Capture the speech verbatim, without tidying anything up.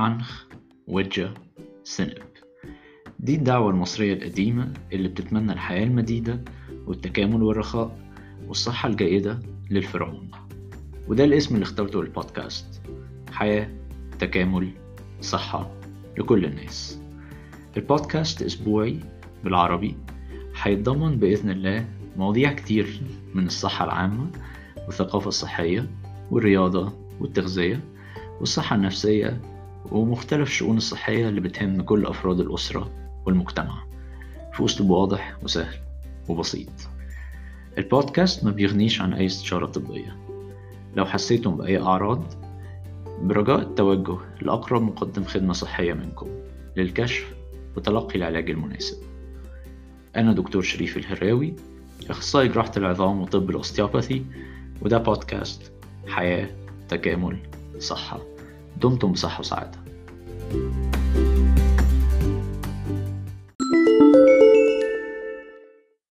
عنخ وجة سنب. دي الدعوة المصرية القديمة اللي بتتمنى الحياة المديدة والتكامل والرخاء والصحة الجيدة للفرعون، وده الاسم اللي اخترته للبودكاست: حياة، تكامل، صحة لكل الناس. البودكاست أسبوعي بالعربي هيتضمن بإذن الله مواضيع كتير من الصحة العامة والثقافة الصحية والرياضة والتغذية والصحة النفسية ومختلف الشؤون الصحية اللي بتهم كل أفراد الأسرة والمجتمع في أسلوب واضح وسهل وبسيط. البودكاست ما بيغنيش عن أي استشارة طبية. لو حسيتم بأي أعراض، برجاء التوجه لأقرب مقدم خدمة صحية منكم للكشف وتلقي العلاج المناسب. أنا دكتور شريف الهراوي، أخصائي جراحة العظام وطب الأوستيوباثي، وده بودكاست حياة، تكامل، صحة. دمتم بصحة وسعادة.